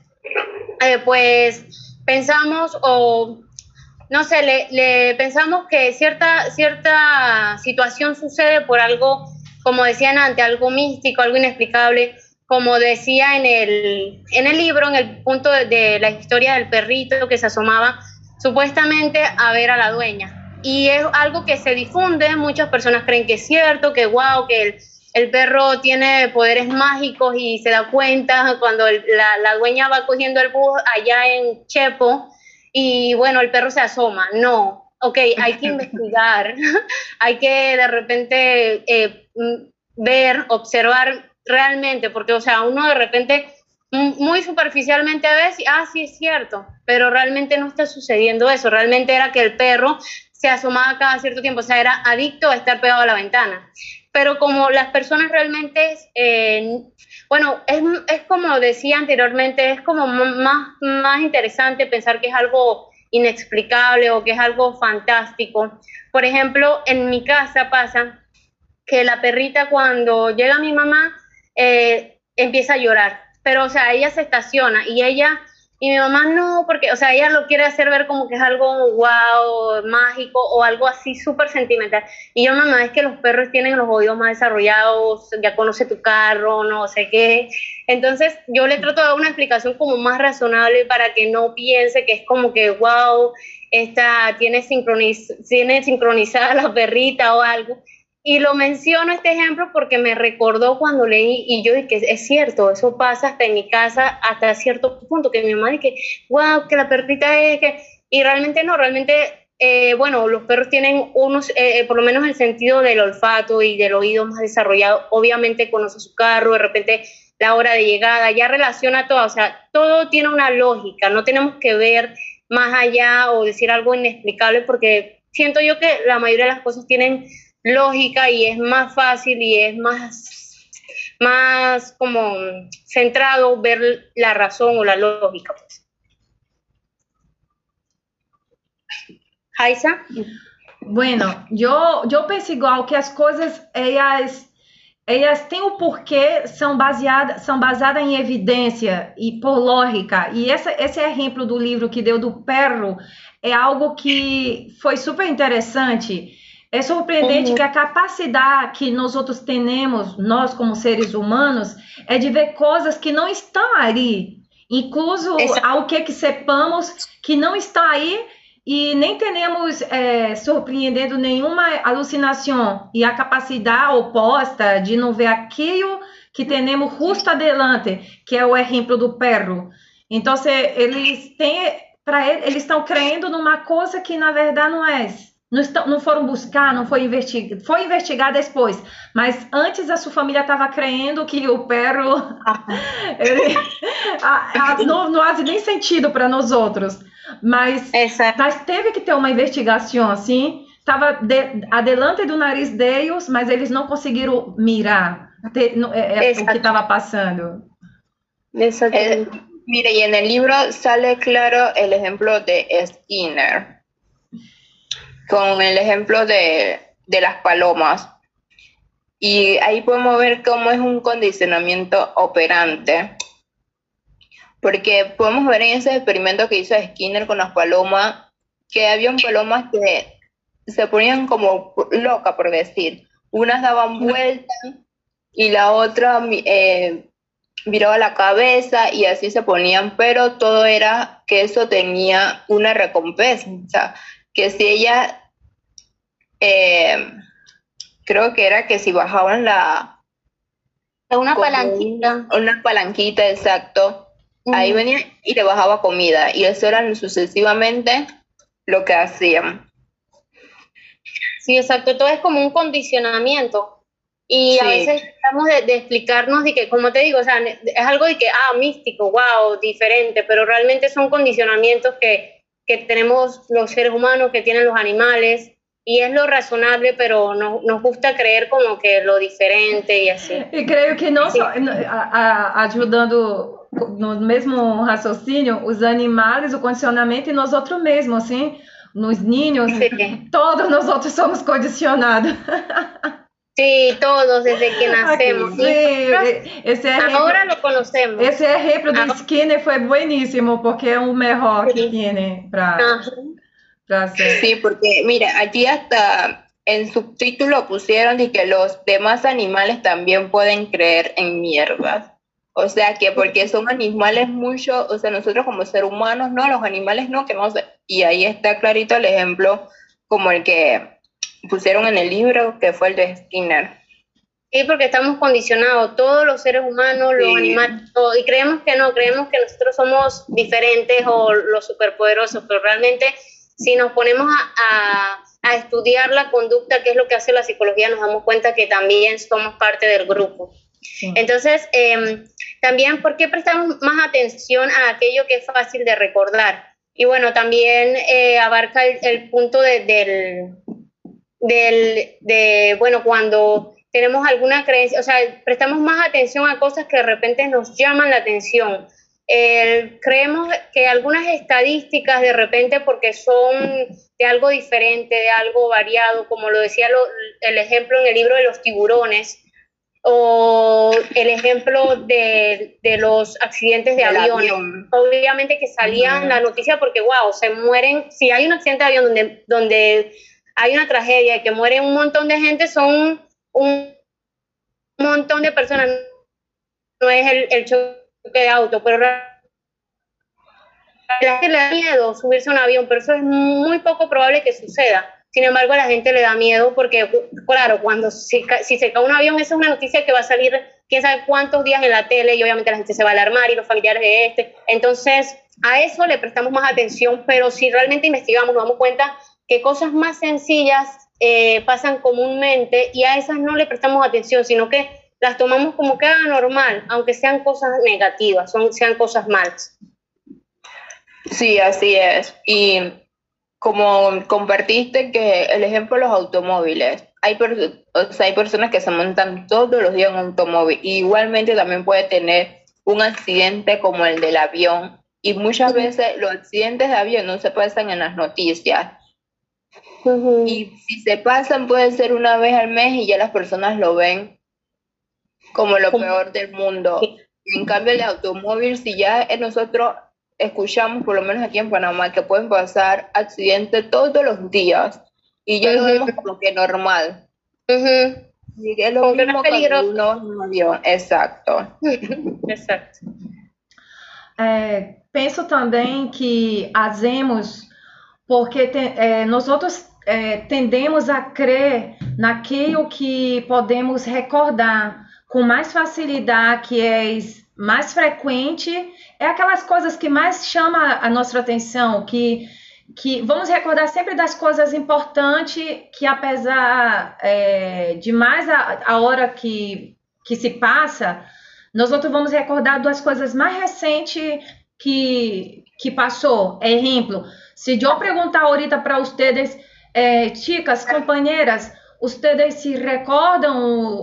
pues pensamos o no sé, le pensamos que cierta situación sucede por algo, como decían antes, algo místico, algo inexplicable, como decía en el libro, en el punto de la historia del perrito que se asomaba supuestamente a ver a la dueña. Y es algo que se difunde, muchas personas creen que es cierto, que wow, que el perro tiene poderes mágicos y se da cuenta cuando la dueña va cogiendo el bus allá en Chepo y bueno, el perro se asoma. No, ok, hay que investigar, hay que de repente ver, observar realmente, porque o sea, uno de repente muy superficialmente ve, sí es cierto, pero realmente no está sucediendo eso, realmente era que el perro se asomaba cada cierto tiempo, o sea, era adicto a estar pegado a la ventana. Pero como las personas realmente, bueno, es como decía anteriormente, es como más interesante pensar que es algo inexplicable o que es algo fantástico. Por ejemplo, en mi casa pasa que la perrita cuando llega mi mamá empieza a llorar, pero o sea, ella se estaciona y mi mamá no, porque, o sea, ella lo quiere hacer ver como que es algo wow, mágico o algo así súper sentimental. Y yo, mamá, es que los perros tienen los oídos más desarrollados, ya conoce tu carro, no sé qué. Entonces, yo le trato de dar una explicación como más razonable para que no piense que es como que wow, tiene sincronizada la perrita o algo. Y lo menciono este ejemplo porque me recordó cuando leí y yo dije, es cierto, eso pasa hasta en mi casa hasta cierto punto, que mi mamá dice, wow, que la perrita es que... Y realmente no, realmente, bueno, los perros tienen unos, por lo menos el sentido del olfato y del oído más desarrollado, obviamente conoce su carro, de repente la hora de llegada, ya relaciona todo, o sea, todo tiene una lógica, no tenemos que ver más allá o decir algo inexplicable porque siento yo que la mayoría de las cosas tienen lógica y es más fácil y es más como centrado ver la razón o la lógica. Pues. Haisa? Bueno, eu penso igual que as coisas elas têm o porquê, são baseadas em evidência e por lógica. E esse exemplo do livro que deu do perro é algo que foi super interessante. É surpreendente que a capacidade que nós outros temos, nós como seres humanos, é de ver coisas que não estão ali. Incluso ao que sepamos que não está aí e nem temos surpreendendo nenhuma alucinação e a capacidade oposta de não ver aquilo que temos justo adelante, que é o exemplo do perro. Então, eles estão crendo numa coisa que na verdade não é. Não foram buscar, não foi investigar depois, mas antes a sua família estava crendo que o perro não faz nem sentido para nós outros. Mas teve que ter uma investigação assim. Estava adelante do nariz deles, mas eles não conseguiram mirar o que estava passando. Mire, y en el libro sale claro el ejemplo de Skinner, con el ejemplo de las palomas. Y ahí podemos ver cómo es un condicionamiento operante. Porque podemos ver en ese experimento que hizo Skinner con las palomas, que habían palomas que se ponían como locas, por decir. Unas daban vueltas y la otra viraba la cabeza y así se ponían, pero todo era que eso tenía una recompensa. Que si ella, creo que era que si bajaban una palanquita. Una palanquita, exacto. Ahí venía y le bajaba comida, y eso era sucesivamente lo que hacían. Sí, exacto, todo es como un condicionamiento. Y a veces tratamos de explicarnos de que, como te digo, o sea, es algo de que, místico, wow, diferente, pero realmente son condicionamientos que tenemos los seres humanos, que tienen los animales, y es lo razonable, pero nos gusta creer como que lo diferente y así. E creio que não só ajudando no mesmo raciocínio, os animais, o condicionamento e nós outros mesmos, assim, nos ninhos, todos nós outros somos condicionados. Sí, todos desde que nacemos. Sí, ahora lo conocemos. Esse exemplo do Skinner foi buenísimo, porque é o melhor que tiene para hacer. Sí, porque mira, allí hasta en subtítulo pusieron de que los demás animales también pueden creer en mierdas. O sea que porque son animales mucho, o sea, nosotros como seres humanos no, los animales no, que no sé. Y ahí está clarito el ejemplo como el que pusieron en el libro, que fue el de Skinner. Sí, porque estamos condicionados, todos los seres humanos, los animales, todo, y creemos que nosotros somos diferentes o los superpoderosos, pero realmente si nos ponemos a estudiar la conducta, que es lo que hace la psicología, nos damos cuenta que también somos parte del grupo. Sí. Entonces, también, ¿por qué prestamos más atención a aquello que es fácil de recordar? Y bueno, también abarca el punto bueno, cuando tenemos alguna creencia, o sea, prestamos más atención a cosas que de repente nos llaman la atención. Creemos que algunas estadísticas de repente, porque son de algo diferente, de algo variado, como lo decía el ejemplo en el libro de los tiburones, o el ejemplo de los accidentes de avión. Obviamente que salían la noticia porque, wow, se mueren, si hay un accidente de avión donde hay una tragedia y que muere un montón de gente, son un montón de personas, no es el choque de auto, pero la gente le da miedo subirse a un avión, pero eso es muy poco probable que suceda. Sin embargo, a la gente le da miedo porque, claro, cuando si se cae un avión, esa es una noticia que va a salir quién sabe cuántos días en la tele y obviamente la gente se va a alarmar y los familiares de este. Entonces, a eso le prestamos más atención, pero si realmente investigamos, nos damos cuenta que cosas más sencillas pasan comúnmente y a esas no le prestamos atención, sino que las tomamos como que normal, aunque sean cosas negativas, sean cosas malas. Sí, así es. Y como compartiste que el ejemplo de los automóviles, o sea, hay personas que se montan todos los días en un automóvil, y igualmente también puede tener un accidente como el del avión, y muchas veces los accidentes de avión no se pasan en las noticias. Y si se pasan puede ser una vez al mes y ya las personas lo ven como lo peor del mundo. En cambio el automóvil, si ya nosotros escuchamos, por lo menos aquí en Panamá, que pueden pasar accidentes todos los días y ya lo vemos como que normal. Y es lo Como que mismo no es peligroso. cuando uno en un avión. Exacto. Exacto. Penso também que hacemos porque nós outros tendemos a crer naquilo que podemos recordar com mais facilidade, que é mais frequente, é aquelas coisas que mais chamam a nossa atenção, que vamos recordar sempre das coisas importantes, que apesar de mais a hora que se passa, nós outros vamos recordar das coisas mais recentes que passou. Exemplo, se eu perguntar ahorita para vocês, chicas, companheiras, vocês se recordam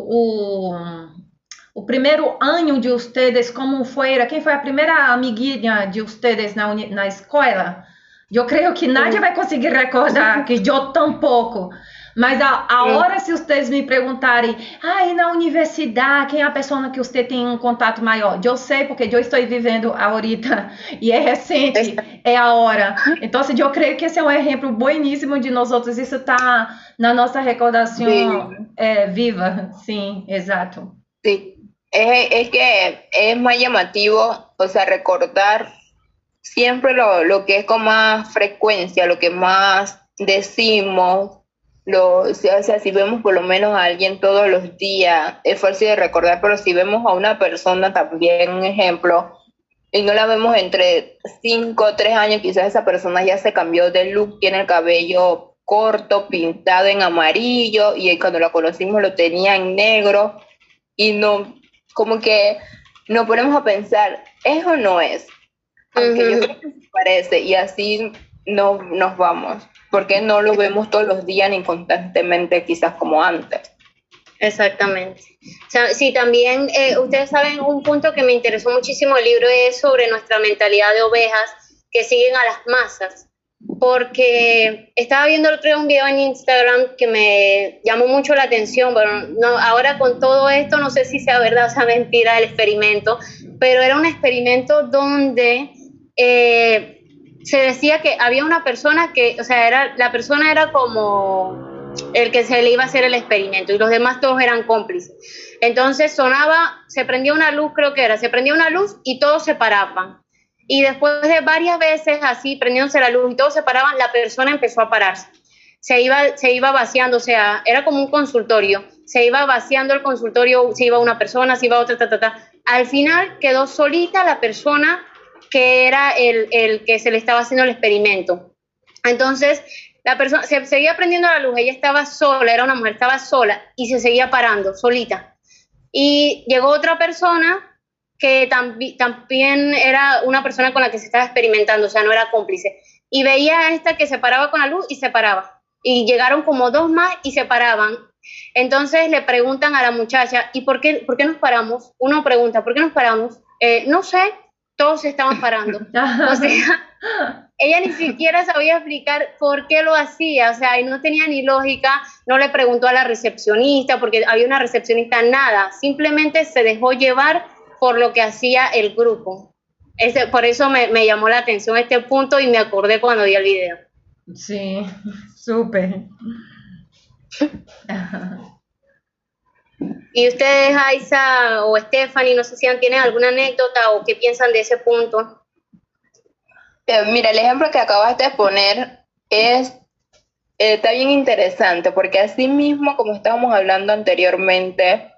o primeiro ano de vocês, como foi? Quem foi a primeira amiguinha de vocês na escola? Eu creio que nadie vai conseguir recordar, que eu tampouco. Mas a hora, se vocês me perguntarem, e na universidade, quem é a pessoa que você tem um contato maior? Eu sei, porque eu estou vivendo ahorita, e é recente, é a hora. Então, eu creio que esse é um exemplo bueníssimo de nós outros, isso está na nossa recordação viva. Sim, exato. Sí, es que es más llamativo, o sea, recordar siempre lo que es con más frecuencia, lo que más decimos, o sea, si vemos por lo menos a alguien todos los días, es fácil de recordar, pero si vemos a una persona también, un ejemplo, y no la vemos entre 5 o 3 años, quizás esa persona ya se cambió de look, tiene el cabello corto, pintado en amarillo, y cuando la conocimos lo tenía en negro, y no, como que nos ponemos a pensar, ¿es o no es? Aunque yo creo que se parece, y así no nos vamos, porque no lo vemos todos los días ni constantemente quizás como antes. Exactamente. O sea, sí, también ustedes saben un punto que me interesó muchísimo el libro es sobre nuestra mentalidad de ovejas que siguen a las masas, porque estaba viendo el otro día un video en Instagram que me llamó mucho la atención, pero no, ahora con todo esto no sé si sea verdad o sea mentira el experimento, pero era un experimento donde se decía que había una persona que, o sea, la persona era como el que se le iba a hacer el experimento y los demás todos eran cómplices. Entonces se prendía una luz, creo que era, se prendía una luz y todos se paraban. Y después de varias veces así, prendiéndose la luz y todos se paraban, la persona empezó a pararse. Se iba vaciando, o sea, era como un consultorio. Se iba vaciando el consultorio, se iba una persona, se iba otra, Al final quedó solita la persona que era el que se le estaba haciendo el experimento. Entonces, la persona se seguía prendiendo la luz, ella estaba sola, era una mujer, estaba sola y se seguía parando, solita. Y llegó otra persona que también era una persona con la que se estaba experimentando, o sea, no era cómplice. Y veía a esta que se paraba con la luz y se paraba. Y llegaron como 2 más y se paraban. Entonces le preguntan a la muchacha, ¿y por qué nos paramos? Uno pregunta, ¿por qué nos paramos? No sé, todos se estaban parando. O sea, ella ni siquiera sabía explicar por qué lo hacía, o sea, y no tenía ni lógica, no le preguntó a la recepcionista, porque había una recepcionista, nada, simplemente se dejó llevar por lo que hacía el grupo. Por eso me llamó la atención este punto y me acordé cuando vi el video. Sí, súper. ¿Y ustedes, Aiza o Stephanie, no sé si tienen alguna anécdota o qué piensan de ese punto? Mira, el ejemplo que acabaste de poner es está bien interesante, porque así mismo, como estábamos hablando anteriormente,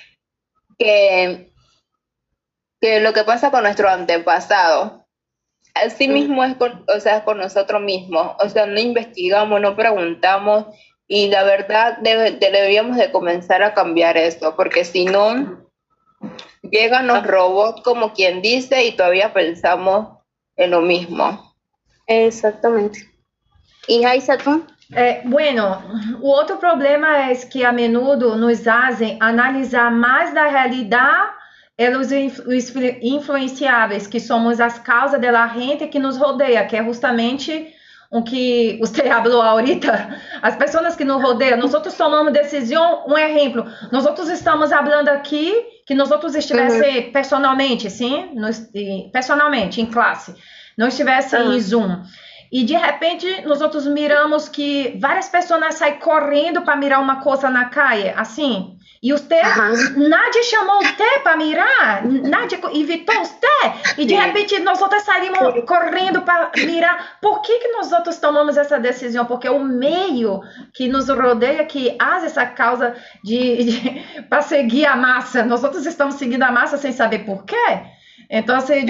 que, que lo que pasa con nuestro antepasado, así mismo es con, o sea, con nosotros mismos, o sea, no investigamos, no preguntamos, y la verdad deberíamos de comenzar a cambiar eso, porque si no, llegan los robots como quien dice y todavía pensamos en lo mismo. Exactamente. ¿Y Raíssa, tú? Bueno, o outro problema é que a menudo nos fazem analisar mais da realidade os influenciáveis, que somos as causas da gente que nos rodeia, que é justamente o que você falou ahorita, as pessoas que nos rodeiam, nós outros tomamos decisão, um exemplo, nós outros estamos falando aqui, que nós outros estivesse personalmente, sim, personalmente, em classe, não estivesse em Zoom, e de repente nós outros miramos que várias pessoas saem correndo para mirar uma coisa na calle, assim, e você, nadie chamou você para mirar, nadie invitou você, e de repente nós outros saímos correndo para mirar. Por que nós outros tomamos essa decisão? Porque o meio que nos rodeia, que faz essa causa para seguir a massa, nós outros estamos seguindo a massa sem saber por quê. Então, assim,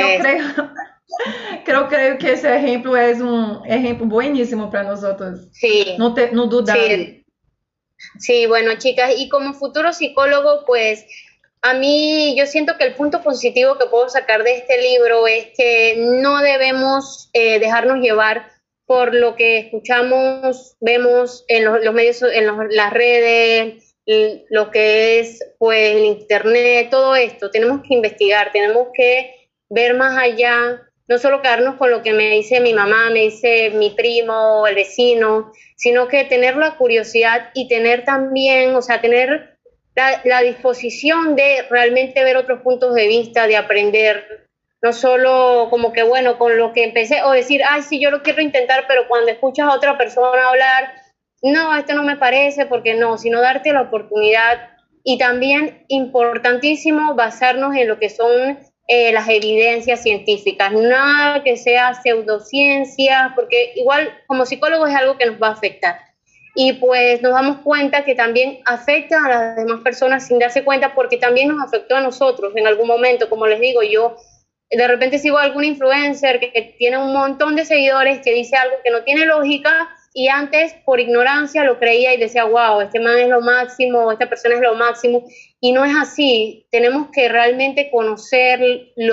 eu creio que esse exemplo é um exemplo buenísimo para nós outros. Sí. No dudar. Sí. Sí, bueno, chicas, y como futuro psicólogo, pues a mí yo siento que el punto positivo que puedo sacar de este libro es que no debemos dejarnos llevar por lo que escuchamos, vemos en los medios, las redes, lo que es pues el internet, todo esto. Tenemos que investigar, tenemos que ver más allá, no solo quedarnos con lo que me dice mi mamá, me dice mi primo, el vecino, sino que tener la curiosidad y tener también, o sea, tener la disposición de realmente ver otros puntos de vista, de aprender, no solo como que, bueno, con lo que empecé, o decir, ay, sí, yo lo quiero intentar, pero cuando escuchas a otra persona hablar, no, esto no me parece, porque no, sino darte la oportunidad. Y también importantísimo basarnos en lo que son las evidencias científicas, nada que sea pseudociencia, porque igual como psicólogos es algo que nos va a afectar. Y pues nos damos cuenta que también afecta a las demás personas sin darse cuenta, porque también nos afectó a nosotros en algún momento. Como les digo, yo de repente sigo a algún influencer que tiene un montón de seguidores, que dice algo que no tiene lógica, y antes por ignorancia lo creía y decía, wow, este man es lo máximo, esta persona es lo máximo, y no es así. Tenemos que realmente conocer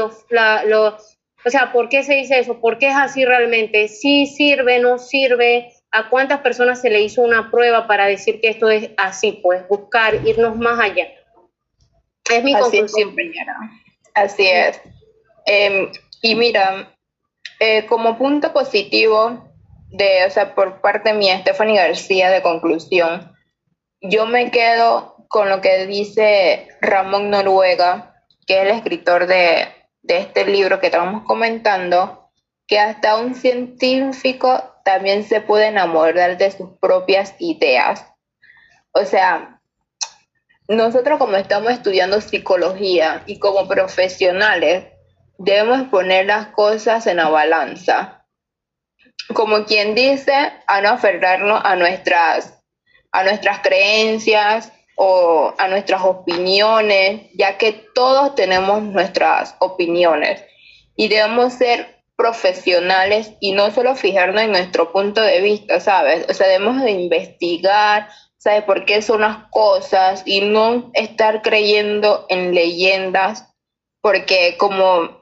o sea, ¿por qué se dice eso? ¿Por qué es así realmente? ¿Sí sirve, no sirve? ¿A cuántas personas se le hizo una prueba para decir que esto es así? Pues buscar, irnos más allá. Es mi conclusión. Así es. Y mira, como punto positivo, o sea, por parte mía, Stephanie García, de conclusión, yo me quedo con lo que dice Ramón Noruega, que es el escritor de este libro que estamos comentando, que hasta un científico también se puede enamorar de sus propias ideas. O sea, nosotros como estamos estudiando psicología y como profesionales, debemos poner las cosas en la balanza. Como quien dice, a no aferrarnos a nuestras creencias o a nuestras opiniones, ya que todos tenemos nuestras opiniones y debemos ser profesionales y no solo fijarnos en nuestro punto de vista, ¿sabes? O sea, debemos de investigar, ¿sabes? Por qué son las cosas y no estar creyendo en leyendas, porque como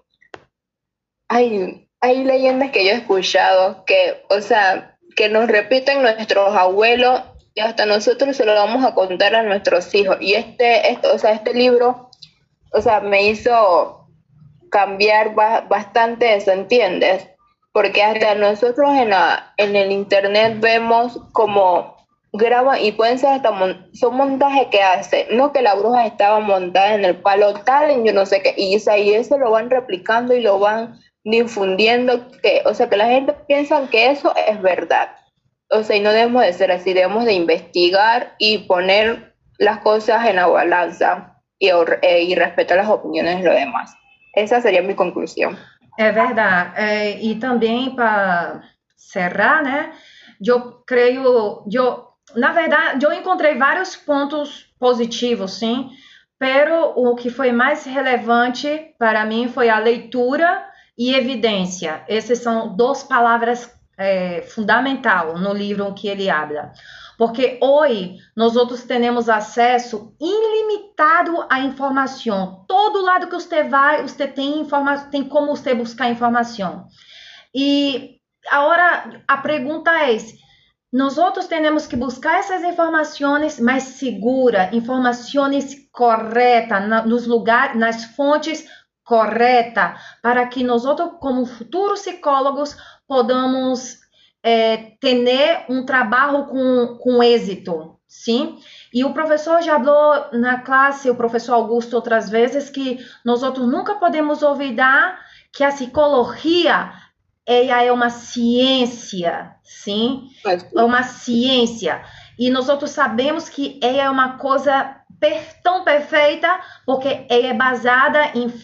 hay leyendas que yo he escuchado que, o sea, que nos repiten nuestros abuelos y hasta nosotros se lo vamos a contar a nuestros hijos. Y este libro, o sea, me hizo cambiar bastante eso, ¿entiendes? Porque hasta nosotros en el internet vemos como graban y pueden ser hasta son montajes que hacen, no que la bruja estaba montada en el palo tal, en yo no sé qué, y eso lo van replicando y lo van difundiendo, o sea, que la gente piensa que eso es verdad. O sea, y no debemos de ser así, debemos de investigar y poner las cosas en la balanza y respetar las opiniones de los demás. Esa sería mi conclusión. É verdade. E também, para cerrar, né? Na verdade, eu encontrei vários pontos positivos, sim, pero o que foi mais relevante para mim foi a leitura e evidência. Essas são duas palavras fundamentais no livro que ele habla. Porque hoje nós outros temos acesso ilimitado à informação. Todo lado que você vai, você tem como você buscar informação. E agora a pergunta é: nós outros temos que buscar essas informações mais seguras, informações corretas, nos lugares, nas fontes corretas, para que nós outros, como futuros psicólogos, podamos ter um trabalho com êxito, sim? E o professor já falou na classe, o professor Augusto, outras vezes, que nós outros nunca podemos olvidar que a psicologia ela é uma ciência, sim? É uma ciência. E nós outros sabemos que ela é uma coisa tão perfeita porque ela é baseada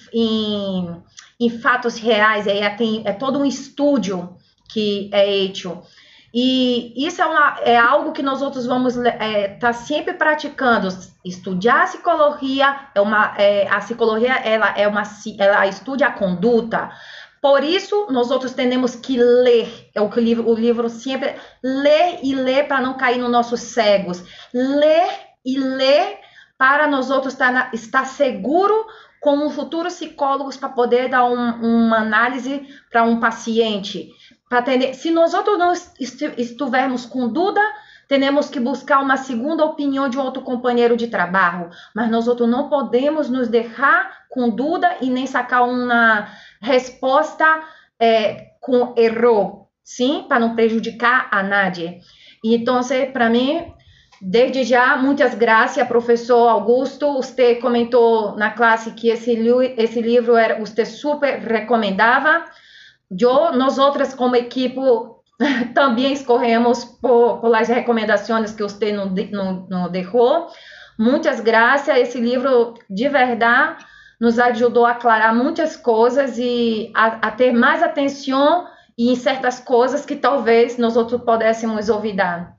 em fatos reais, ela é todo um estudo que é feito. E isso é algo que nós outros vamos estar sempre praticando. Estudar a psicologia, a psicologia ela estuda a conduta. Por isso, nós outros temos que ler. É o que o livro sempre ler e ler para não cair nos nossos cegos. Ler e ler para nós outros estar seguro como futuros psicólogos para poder dar uma análise para um paciente. Se nós outros não estivermos com dúvida, temos que buscar uma segunda opinião de outro companheiro de trabalho. Mas nós outros não podemos nos deixar com dúvida e nem sacar uma resposta com erro, sim, para não prejudicar a nadie. Então, para mim, desde já, muitas graças, professor Augusto. Você comentou na classe que esse livro você super recomendava. Nós outras, como equipe, também escorremos por as recomendações que você nos deixou. Muitas graças. Esse livro, de verdade, nos ajudou a aclarar muitas coisas e a ter mais atenção em certas coisas que talvez nós outros pudéssemos olvidar.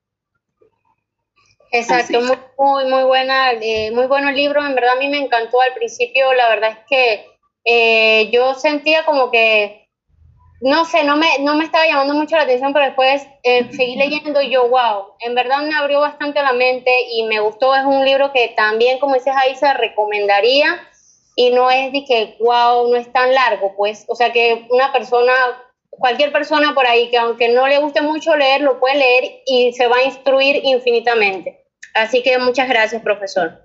Exacto, muy buena, muy bueno el libro. En verdad a mí me encantó al principio. La verdad es que yo sentía como que no sé, no me estaba llamando mucho la atención, pero después seguí leyendo y yo, wow, en verdad me abrió bastante la mente y me gustó. Es un libro que también, como dices ahí, se recomendaría y no es de que, wow, no es tan largo, pues, o sea que cualquier persona por ahí que aunque no le guste mucho leer, lo puede leer y se va a instruir infinitamente. Así que muchas gracias, profesor.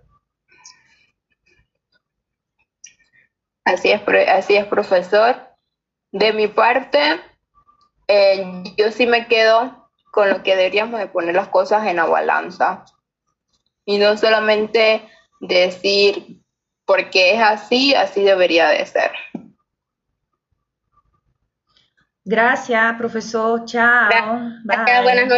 Así es, profesor. De mi parte, yo sí me quedo con lo que deberíamos de poner las cosas en la balanza y no solamente decir porque es así, así debería de ser. Gracias, profesor. Chao. Gracias, buenas noches.